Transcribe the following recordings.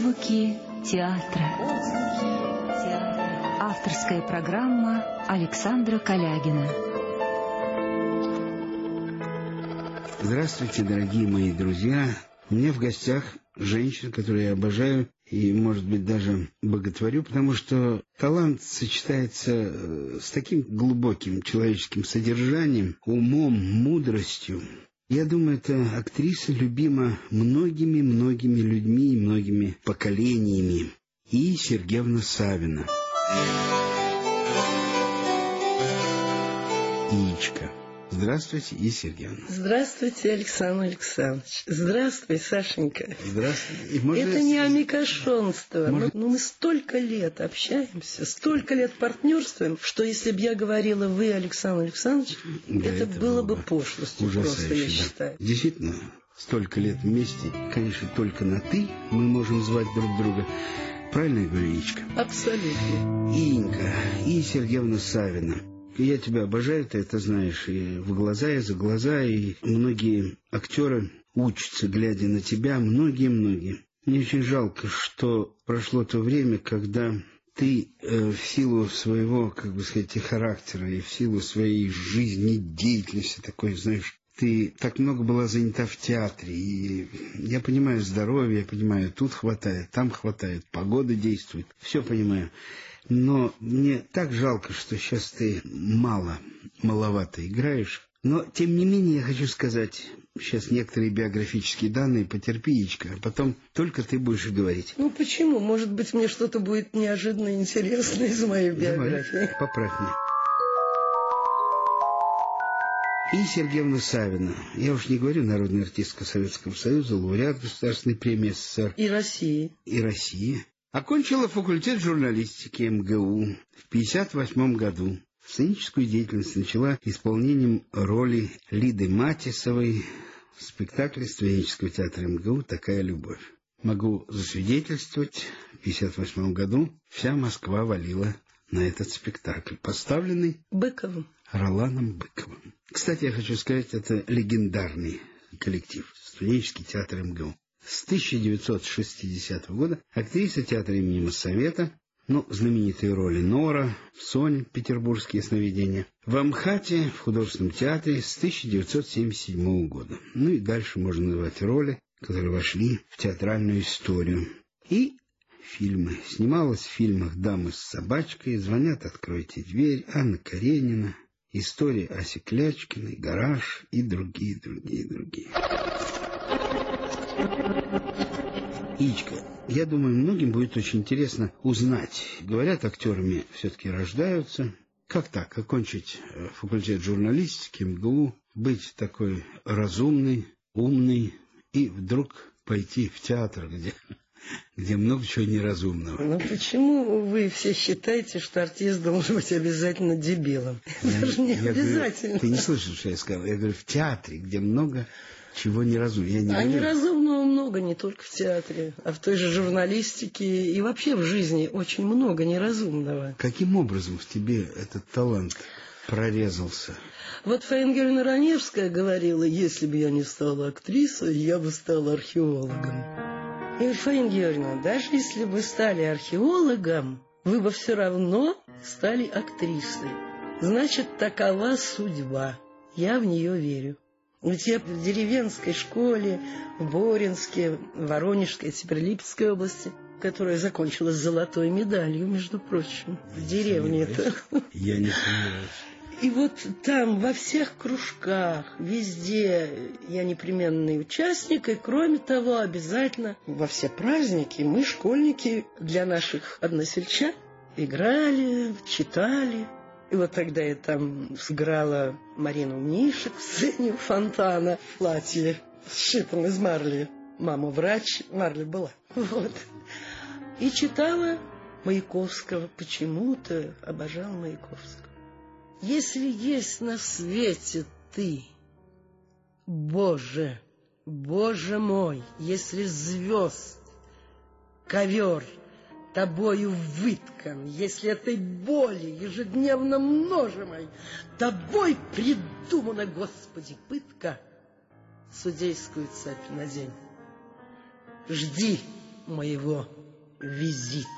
Отзвуки театра. Авторская программа Александра Калягина. Здравствуйте, дорогие мои друзья. У меня в гостях женщина, которую я обожаю и, может быть, даже боготворю, потому что талант сочетается с таким глубоким человеческим содержанием, умом, мудростью. Я думаю, эта актриса любима многими людьми и многими поколениями. И Сергеевна Савина. Яичко. Здравствуйте, И Сергеевна. Здравствуйте, Александр Александрович. Здравствуй, Сашенька. Здравствуйте. Это не амикошонство. Мы столько лет общаемся, столько лет партнерствуем, что если бы я говорила «вы, Александр Александрович», да, это было бы пошлостью просто, я считаю. Действительно, столько лет вместе, конечно, только на «ты» мы можем звать друг друга. Правильно я говорю, Яичко? Абсолютно. Инка, И Сергеевна Савина. Я тебя обожаю, ты это знаешь, и в глаза, и за глаза, и многие актеры учатся, глядя на тебя, многие. Мне очень жалко, что прошло то время, когда ты в силу своего, как бы сказать, и характера, и в силу своей жизнедеятельности такой, знаешь, ты так много была занята в театре, и я понимаю здоровье, я понимаю, тут хватает, там хватает, погода действует, все понимаю. Но мне так жалко, что сейчас ты маловато играешь. Но, тем не менее, я хочу сказать сейчас некоторые биографические данные, потерпи, Яичко, а потом только ты будешь и говорить. Ну, почему? Может быть, мне что-то будет неожиданно интересное из моей биографии. Давай, поправь меня. И Сергеевна Савина. Я уж не говорю, народная артистка Советского Союза, лауреат Государственной премии СССР. И России. Окончила факультет журналистики МГУ в 1958 году. Сценическую деятельность начала исполнением роли Лиды Матисовой в спектакле студенческого театра МГУ «Такая любовь». Могу засвидетельствовать, в 1958 году вся Москва валила на этот спектакль, поставленный Быковым. Роланом Быковым. Кстати, я хочу сказать, это легендарный коллектив, студенческий театр МГУ. С 1960 года актриса театра имени Моссовета, знаменитые роли Нора, Соня, «Петербургские сновидения», в Амхате, в художественном театре с 1977 года. И дальше можно называть роли, которые вошли в театральную историю. И фильмы. Снималась в фильмах «Дамы с собачкой», «Звонят, откройте дверь», Анна Каренина, «История Аси Клячкиной», «Гараж» и другие. Яичко, я думаю, многим будет очень интересно узнать. Говорят, актерами все-таки рождаются. Как так, окончить факультет журналистики МГУ, быть такой разумный, умный и вдруг пойти в театр, где много чего неразумного. Но почему вы все считаете, что артист должен быть обязательно дебилом? Это же не обязательно. Ты не слышал, что я сказал? Я говорю, в театре, где много чего неразумного. Неразумного много не только в театре, а в той же журналистике и вообще в жизни очень много неразумного. Каким образом в тебе этот талант прорезался? Вот Фаина Георгиевна Раневская говорила, если бы я не стала актрисой, я бы стала археологом. Я говорю, Фаина Георгиевна, даже если бы стали археологом, вы бы все равно стали актрисой. Значит, такова судьба. Я в нее верю. Ведь я в деревенской школе, в Боринске, в Воронежской, теперь Липецкой области, которая закончилась золотой медалью, между прочим, в деревне-то. Я не сомневаюсь. И вот там во всех кружках, везде я непременный участник, и кроме того, обязательно во все праздники мы, школьники, для наших односельчан играли, читали. И вот тогда я там сыграла Марину Мнишек в сцене у фонтана в платье, сшитом из марли. Мама врач, марли была. Вот. И читала Маяковского, почему-то обожала Маяковского. Если есть на свете ты, Боже, Боже мой, если звезд, ковер тобою выткан, если этой боли ежедневно множимой тобой придумана, Господи, пытка, судейскую цепь надень. Жди моего визита.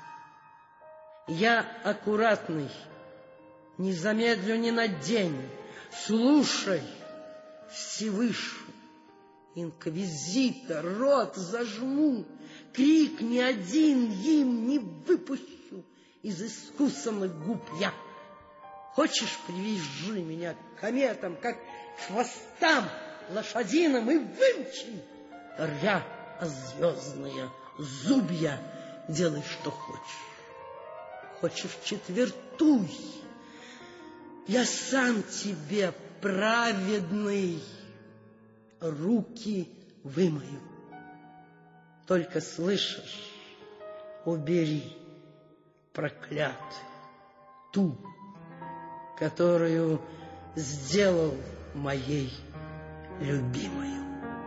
Я аккуратный, не замедлю ни на день. Слушай, Всевышний, инквизитор, рот зажму, крик ни один им не выпущу из искусанных губ я. Хочешь, привяжи меня к кометам, как к хвостам лошадиным, и вымчи, ря звездные зубья, делай, что хочешь. Хочешь, четвертуй, я сам тебе, праведный, руки вымою. Только слышишь, убери, проклятый, ту, которую сделал моей любимою.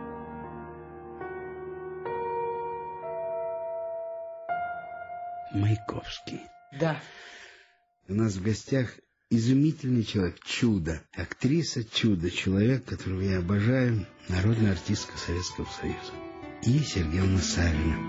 Маяковский. Да. У нас в гостях изумительный человек, чудо, актриса, чудо, человек, которого я обожаю, народная артистка Советского Союза. И Сергеевна Савина.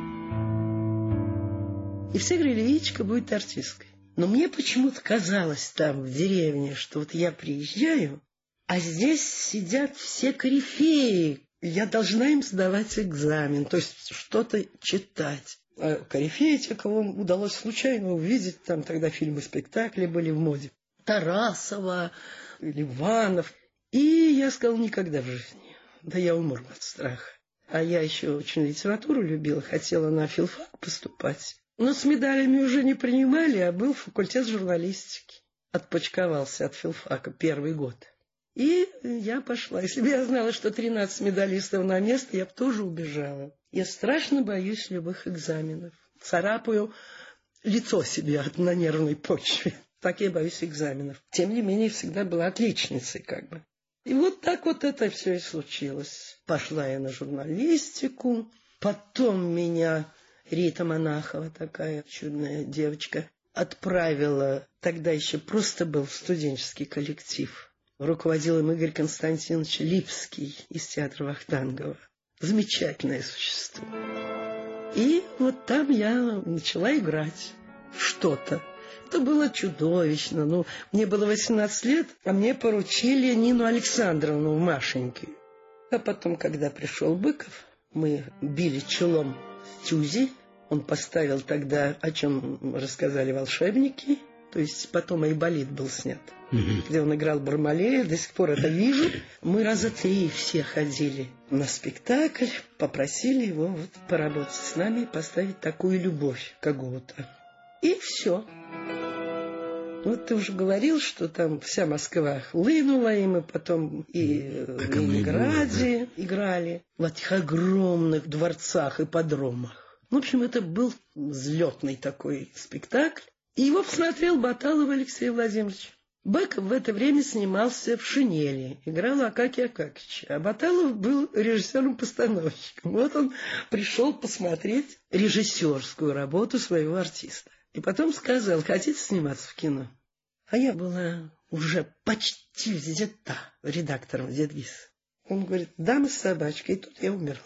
И все говорили, Витечка будет артисткой. Но мне почему-то казалось там, в деревне, что вот я приезжаю, а здесь сидят все корифеи. Я должна им сдавать экзамен, то есть что-то читать. А корифеи, те, кого удалось случайно увидеть, там тогда фильмы, спектакли были в моде. Тарасова, Ливанов. И я сказала, никогда в жизни. Да я умру от страха. А я еще очень литературу любила, хотела на филфак поступать. Но с медалями уже не принимали, а был факультет журналистики. Отпочковался от филфака первый год. И я пошла. Если бы я знала, что 13 медалистов на место, я бы тоже убежала. Я страшно боюсь любых экзаменов. Царапаю лицо себе на нервной почве. Так я боюсь экзаменов. Тем не менее, всегда была отличницей как бы. И вот так вот это все и случилось. Пошла я на журналистику. Потом меня Рита Монахова, такая чудная девочка, отправила. Тогда еще просто был студенческий коллектив. Руководил им Игорь Константинович Липский из театра Вахтангова. Замечательное существо. И вот там я начала играть что-то. Это было чудовищно. Ну, мне было 18 лет, а мне поручили Нину Александровну в Машеньке. А потом, когда пришел Быков, мы били челом в Тюзе. Он поставил тогда, о чем рассказали волшебники. То есть потом Айболит был снят. Где он играл Бармалея, до сих пор это вижу. Мы раза 3 все ходили на спектакль, попросили его вот поработать с нами и поставить такую любовь какого-то. И все. Вот ты уже говорил, что там вся Москва хлынула, и мы потом и в Ленинграде играли, в этих огромных дворцах и ипподромах. В общем, это был взлетный такой спектакль. И его посмотрел Баталов Алексей Владимирович. Быков в это время снимался в «Шинели», играл Акакий Акакич, а Баталов был режиссером-постановщиком. Вот он пришел посмотреть режиссерскую работу своего артиста. И потом сказал, хотите сниматься в кино? А я была уже почти взята редактором «Дедвиз». Он говорит, дама с собачкой, и тут я умерла.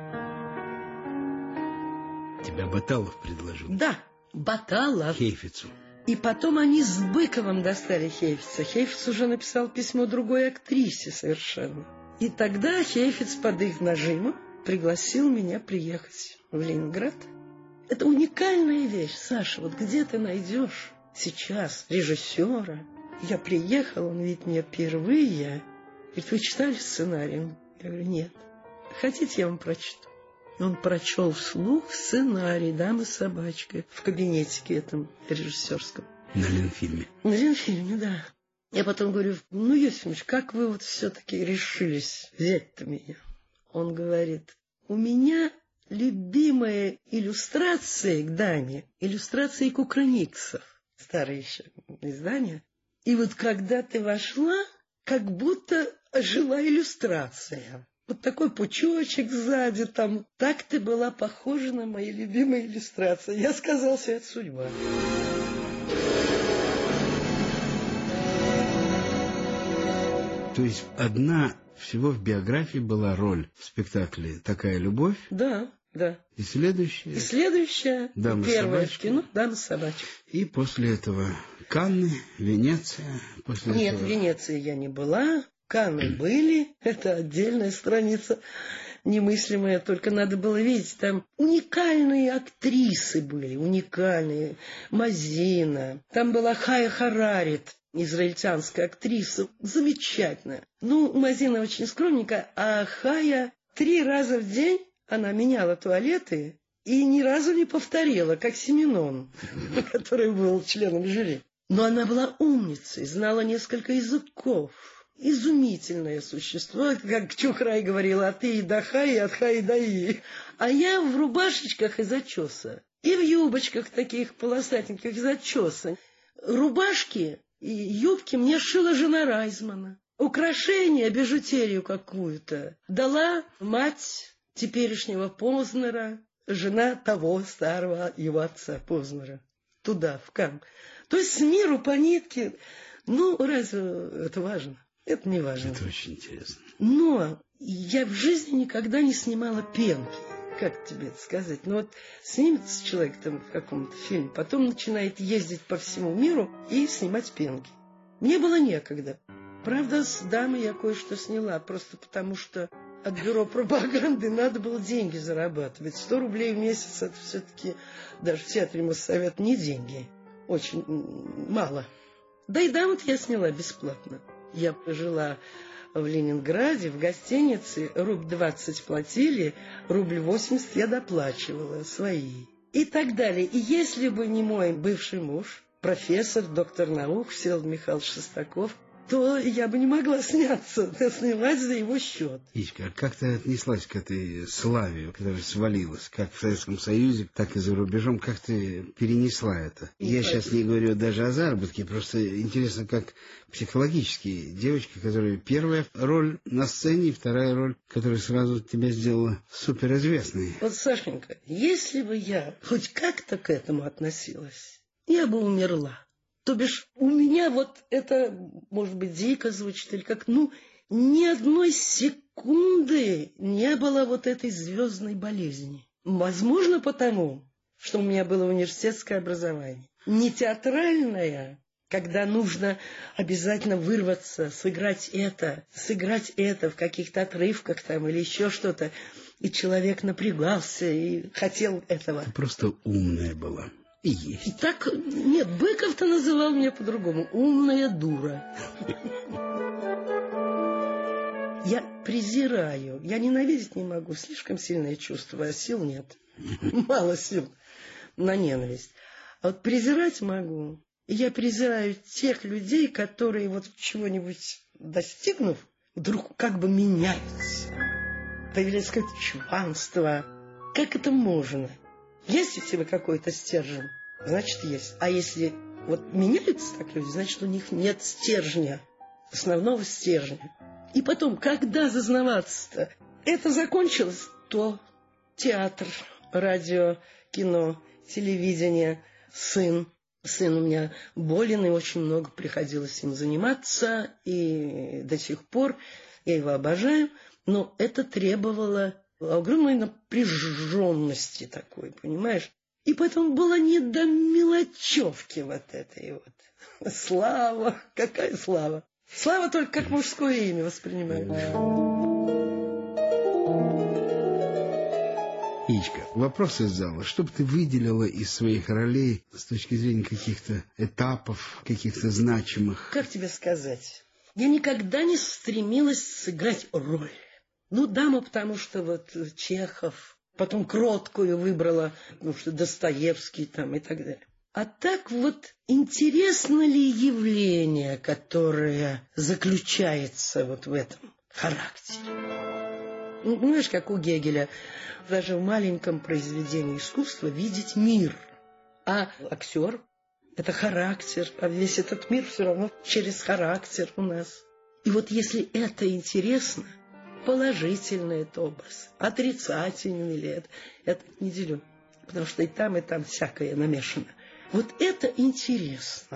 Тебя Баталов предложил? Да, Баталов. Хейфицу. И потом они с Быковым достали Хейфица. Хейфиц уже написал письмо другой актрисе совершенно. И тогда Хейфиц под их нажимом пригласил меня приехать в Ленинград. Это уникальная вещь, Саша. Вот где ты найдешь сейчас режиссера? Я приехала, он видит меня впервые. Говорит, вы читали сценарий? Я говорю, нет. Хотите, я вам прочту? И он прочел вслух сценарий «Дама с собачкой» в кабинетике этом режиссерском. На Ленфильме. На Ленфильме, да. Я потом говорю, ну, Есимович, как вы вот все-таки решились взять-то меня? Он говорит, у меня любимая иллюстрация к даме, иллюстрации Кукрыниксов, старые еще издания. И вот когда ты вошла, как будто ожила иллюстрация. Вот такой пучочек сзади там. Так ты была похожа на мои любимые иллюстрации. Я сказал, что это судьба. То есть одна всего в биографии была роль в спектакле «Такая любовь». Да. Да. И следующая? И следующая, первая в кино «Дама с собачкой». И после этого Канны, Венеция. Нет, в Венеции я не была. Канны были. Это отдельная страница немыслимая. Только надо было видеть, там уникальные актрисы были. Уникальные. Мазина. Там была Хая Харарит, израильтянская актриса. Замечательная. Мазина очень скромненькая, а Хая 3 раза в день она меняла туалеты и ни разу не повторила, как Семенон, который был членом жюри. Но она была умницей, знала несколько языков. Изумительное существо, как Чухрай говорила, от И до Хаи, от Хаи до И. А я в рубашечках из очеса и в юбочках таких полосатеньких из очеса. Рубашки и юбки мне шила жена Райзмана. Украшения, бижутерию какую-то дала мать теперешнего Познера, жена того старого его отца Познера. Туда, в Кан. То есть с миру по нитке. Разве это важно? Это не важно. Это очень интересно. Но я в жизни никогда не снимала пенки. Как тебе это сказать? Снимется человек там в каком-то фильме, потом начинает ездить по всему миру и снимать пенки. Мне было некогда. Правда, с дамой я кое-что сняла, просто потому что от бюро пропаганды надо было деньги зарабатывать. 100 рублей в месяц — это все-таки даже в театре Моссовет не деньги. Очень мало. Да и даму-то я сняла бесплатно. Я жила в Ленинграде, в гостинице, рубль 20 платили, рубль 80 я доплачивала свои. И так далее. И если бы не мой бывший муж, профессор, доктор наук Всеволод Михайлович Шестаков, то я бы не могла снимать за его счет. Ичка, как ты отнеслась к этой славе, которая свалилась, как в Советском Союзе, так и за рубежом? Как ты перенесла это? Я сейчас не говорю даже о заработке, просто интересно, как психологически девочка, которая первая роль на сцене, и вторая роль, которая сразу тебя сделала суперизвестной. Сашенька, если бы я хоть как-то к этому относилась, я бы умерла. То бишь у меня это, может быть, дико звучит, или как, ни одной секунды не было этой звездной болезни. Возможно, потому, что у меня было университетское образование. Не театральное, когда нужно обязательно вырваться, сыграть это в каких-то отрывках там или еще что-то. И человек напрягался и хотел этого. Ты просто умная была. И есть. И так, нет, Быков-то называл меня по-другому. Умная дура. Я презираю, я ненавидеть не могу. Слишком сильное чувство, а сил нет. Мало сил на ненависть. А презирать могу. И я презираю тех людей, которые чего-нибудь достигнув, вдруг как бы меняются. Появляется какое-то чванство. Как это можно? Есть у тебя какой-то стержень? Значит, есть. А если меняются так люди, значит, у них нет стержня, основного стержня. И потом, когда зазнаваться-то? Это закончилось, то театр, радио, кино, телевидение, сын. Сын у меня болен, и очень много приходилось им заниматься, и до сих пор я его обожаю, но это требовало огромной напряженности такой, понимаешь? И поэтому было не до мелочевки этой Слава. Какая слава? Слава только как мужское имя воспринимаю. Ичка, вопрос из зала. Что бы ты выделила из своих ролей с точки зрения каких-то этапов, каких-то значимых? Как тебе сказать? Я никогда не стремилась сыграть роль. Дама, потому что Чехов, потом Кроткую выбрала, потому что Достоевский там и так далее. А так интересно ли явление, которое заключается в этом характере? Понимаешь, как у Гегеля, даже в маленьком произведении искусства видеть мир. А актер — это характер, а весь этот мир все равно через характер у нас. И если это интересно, положительный это образ, отрицательный ли это не делю, потому что и там всякое намешано. Это интересно.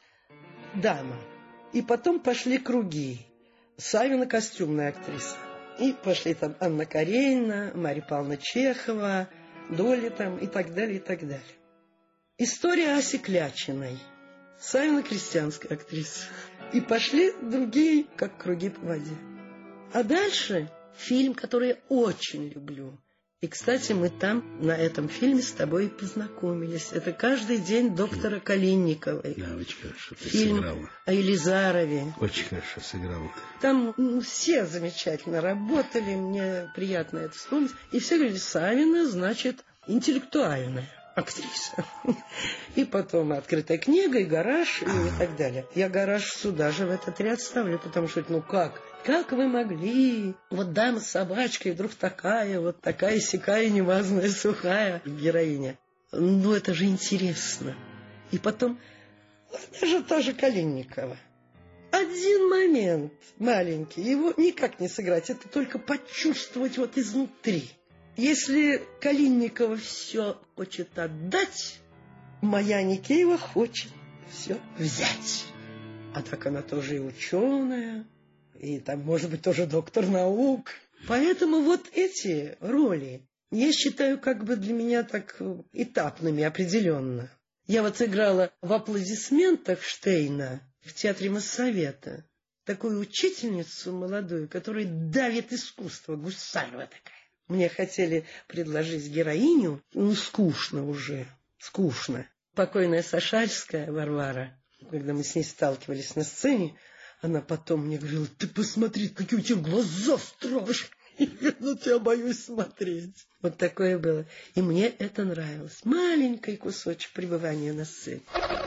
Дама. И потом пошли круги. Савина — костюмная актриса. И пошли там Анна Каренина, Марья Павловна Чехова, Доля там и так далее, и так далее. История Аси Клячиной. Савина крестьянская актриса. И пошли другие, как круги по воде. А дальше фильм, который я очень люблю. И, кстати, мы там на этом фильме с тобой познакомились. Это «Каждый день доктора Калинниковой». Да, очень хорошо ты фильм сыграла. О Елизарове. Очень хорошо сыграла. Там все замечательно работали, мне приятно это вспомнить. И все говорили, Савина, значит, интеллектуальная актриса. И потом «Открытая книга», и «Гараж», и так далее. Я «Гараж» сюда же в этот ряд ставлю, потому что, ну как? Как вы могли? Вот дама с собачкой, вдруг такая, вот такая сякая, неважная, сухая героиня. Ну, это же интересно. И потом, даже та же Калинникова. Один момент маленький, его никак не сыграть, это только почувствовать вот изнутри. Если Калинникова все хочет отдать, моя Никеева хочет все взять. А так она тоже и ученая, и там, может быть, тоже доктор наук. Поэтому вот эти роли я считаю как бы для меня так этапными определенно. Я вот играла в «Аплодисментах» Штейна в театре Моссовета. Такую учительницу молодую, которая давит искусство, Гусарова такая. Мне хотели предложить героиню, ну, скучно уже, скучно. Покойная Сашальская Варвара, когда мы с ней сталкивались на сцене, она потом мне говорила, ты посмотри, какие у тебя глаза страшные, я на тебя боюсь смотреть. Вот такое было. И мне это нравилось. Маленький кусочек пребывания на сцене.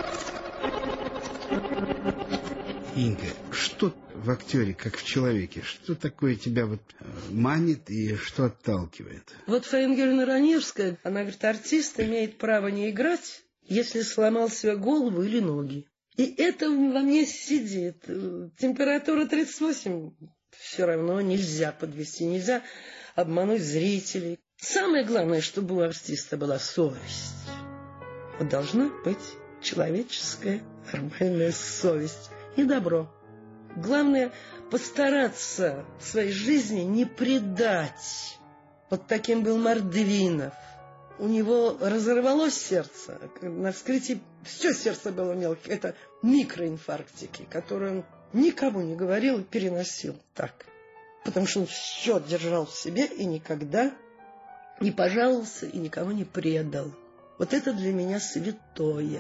Инга, что в актере, как в человеке, что такое тебя вот манит и что отталкивает? Вот Фаина Георгиевна Раневская, она говорит, артист имеет право не играть, если сломал себе голову или ноги. И это во мне сидит. Температура 38, все равно нельзя подвести, нельзя обмануть зрителей. Самое главное, чтобы у артиста была совесть. Вот должна быть человеческая нормальная совесть и добро. Главное постараться в своей жизни не предать. Вот таким был Мордвинов. У него разорвалось сердце. На вскрытии все сердце было мелкое. Это микроинфарктики, которые он никому не говорил и переносил так. Потому что он все держал в себе и никогда не пожаловался и никого не предал. Вот это для меня святое.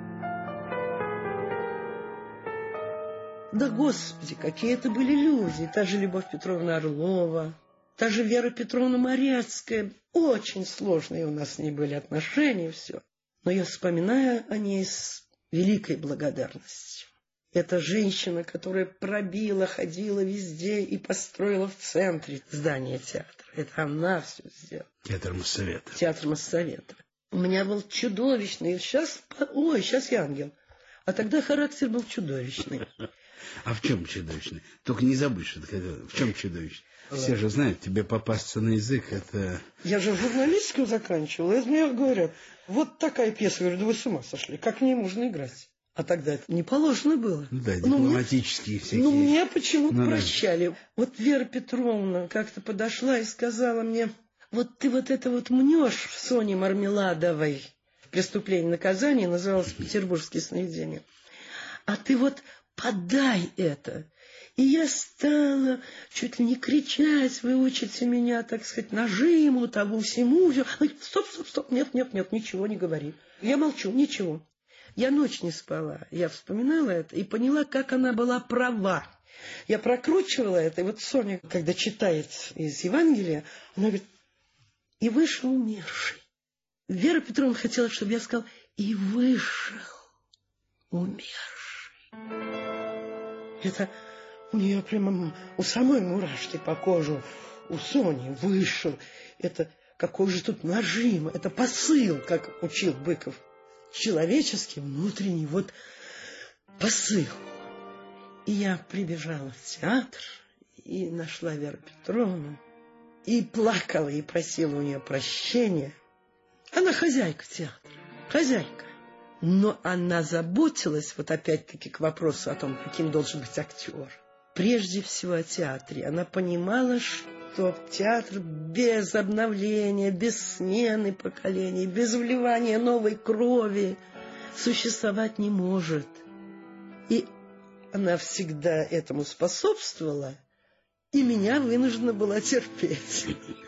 Да, Господи, какие это были люди. Та же Любовь Петровна Орлова, та же Вера Петровна Морецкая. Очень сложные у нас с ней были отношения, все. Но я вспоминаю о ней с великой благодарностью. Это женщина, которая пробила, ходила везде и построила в центре здание театра. Это она все сделала. Театр Моссовета. Театр Моссовета. У меня был чудовищный. Сейчас, сейчас я ангел. А тогда характер был чудовищный. А в чем чудовищный? Только не забудь, что в чем чудовищный. Все же знают, тебе попасться на язык, это... Я же журналистику заканчивала, и мне говорят, вот такая пьеса, говорю, да вы с ума сошли, как в ней можно играть? А тогда это не положено было. Ну да, дипломатические всякие... Ну, мне почему-то прощали. Вот Вера Петровна как-то подошла и сказала мне, вот ты вот это вот мнешь в Соне Мармеладовой, «Преступление и наказание», называлось «Петербургские сновидения», а ты вот подай это. И я стала чуть ли не кричать, вы учите меня, так сказать, нажиму, тому всему. Стоп, нет, ничего не говори. Я молчу, ничего. Я ночь не спала. Я вспоминала это и поняла, как она была права. Я прокручивала это, и вот Соня, когда читает из Евангелия, она говорит, и вышел умерший. Вера Петровна хотела, чтобы я сказал, и вышел умерший. Это у нее прямо у самой мурашки по коже, у Сони вышел. Это какой же тут нажим, это посыл, как учил Быков. Человеческий внутренний вот посыл. И я прибежала в театр и нашла Веру Петровну. И плакала, и просила у нее прощения. Она хозяйка театра, хозяйка. Но она заботилась, вот опять-таки к вопросу о том, каким должен быть актер. прежде всего о театре. Она понимала, что театр без обновления, без смены поколений, без вливания новой крови существовать не может. И она всегда этому способствовала, и меня вынуждена была терпеть.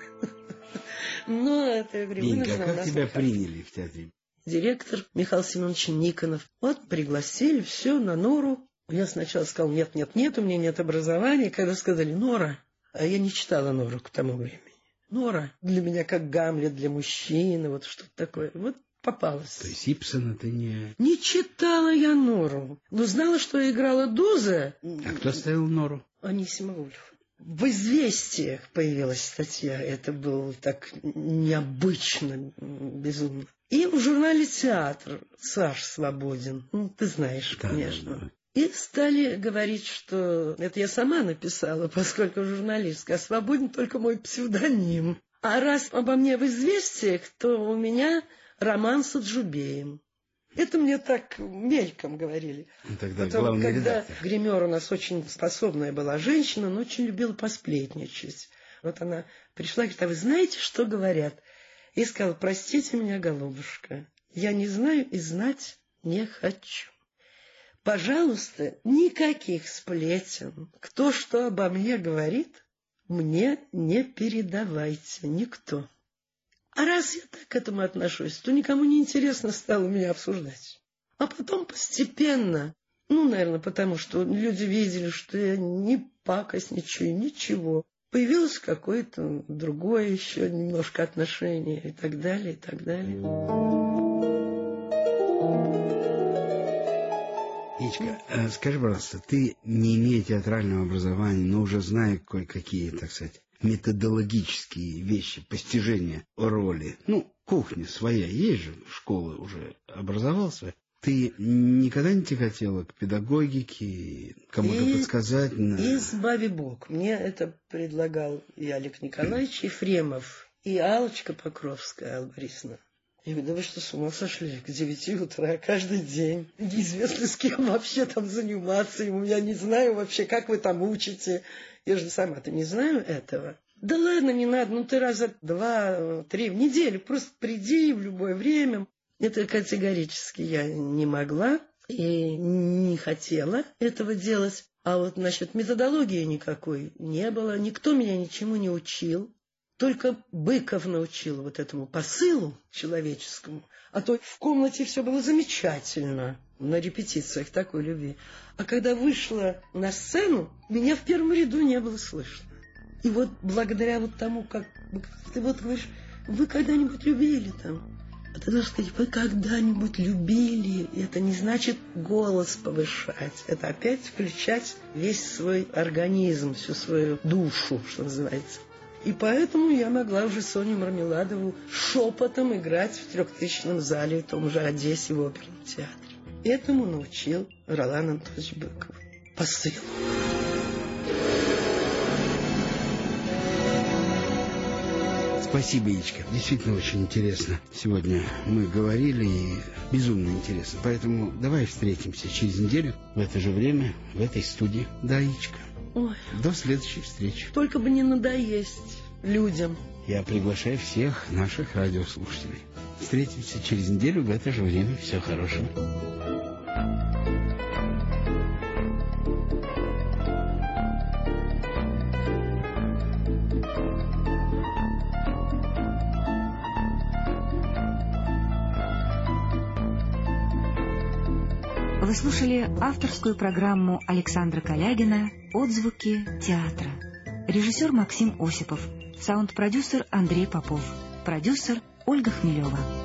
Но это, я говорю, вынуждена. Как тебя приняли в театре? Директор Михаил Семенович Никонов. Вот пригласили, все, на Нору. Я сначала сказал, нет, у меня нет образования. Когда сказали Нора, а я не читала Нору к тому времени. Нора для меня как Гамлет для мужчины, вот что-то такое. Вот попалась. То есть Ипсона ты не... Не читала я Нору, но знала, что играла Дуза. А кто ставил Нору? Анисима Вульф. В «Известиях» появилась статья. Это было так необычно, безумно. И в журнале «Театр» Саш Свободин. Ты знаешь, конечно. Да. И стали говорить, что это я сама написала, поскольку журналистка, а Свободин только мой псевдоним. А раз обо мне в «Известиях», то у меня роман с Аджубеем. Это мне так мельком говорили. Тогда потом, главный когда редактор. гример у нас очень способная была женщина, но очень любила посплетничать. Вот она пришла и говорит, а вы знаете, что говорят? И сказала, простите меня, голубушка, я не знаю и знать не хочу. Пожалуйста, никаких сплетен. Кто что обо мне говорит, мне не передавайте, никто. А раз я так к этому отношусь, то никому не интересно стало меня обсуждать. А потом постепенно, наверное, потому что люди видели, что я не пакостничаю, ничего. Появилось какое-то другое еще немножко отношение и так далее, и так далее. Ичка, скажи, пожалуйста, ты, не имея театрального образования, но уже зная кое-какие, так сказать, методологические вещи, постижения роли. Кухня своя, есть же, школа уже образовался. Ты никогда не тяготела к педагогике, кому-то подсказать? Избави Бог. Мне это предлагал и Олег Николаевич Ефремов, и Аллочка Покровская, Алла Борисовна. Я говорю, да вы что, с ума сошли? К 9 утра каждый день. Неизвестно, с кем вообще там заниматься. Я не знаю вообще, как вы там учите. Я же сама-то не знаю этого. Да ладно, не надо, ты раза 2-3 в неделю. Просто приди в любое время. Это категорически я не могла и не хотела этого делать. А вот насчет методологии никакой не было. Никто меня ничему не учил. Только Быков научил вот этому посылу человеческому. А то в комнате все было замечательно. На репетициях такой любви. А когда вышла на сцену, меня в первом ряду не было слышно. И вот благодаря вот тому, как ты вот говоришь, вы когда-нибудь любили там? А ты должен сказать, вы когда-нибудь любили. И это не значит голос повышать. Это опять включать весь свой организм, всю свою душу, что называется. И поэтому я могла уже Соню Мармеладову шепотом играть в 3000-м зале в том же Одессе в оперном театре. Этому научил Ролан Антонович Быков. Посыл. Спасибо, Ичка. Действительно очень интересно. Сегодня мы говорили, и безумно интересно. Поэтому давай встретимся через неделю в это же время, в этой студии. Да, Ичка. Ой. До следующей встречи. Только бы не надоесть людям. Я приглашаю всех наших радиослушателей. Встретимся через неделю в это же время. Всего хорошего. Вы слушали авторскую программу Александра Калягина «Отзвуки театра». Режиссер Максим Осипов, саунд-продюсер Андрей Попов, продюсер Ольга Хмелева.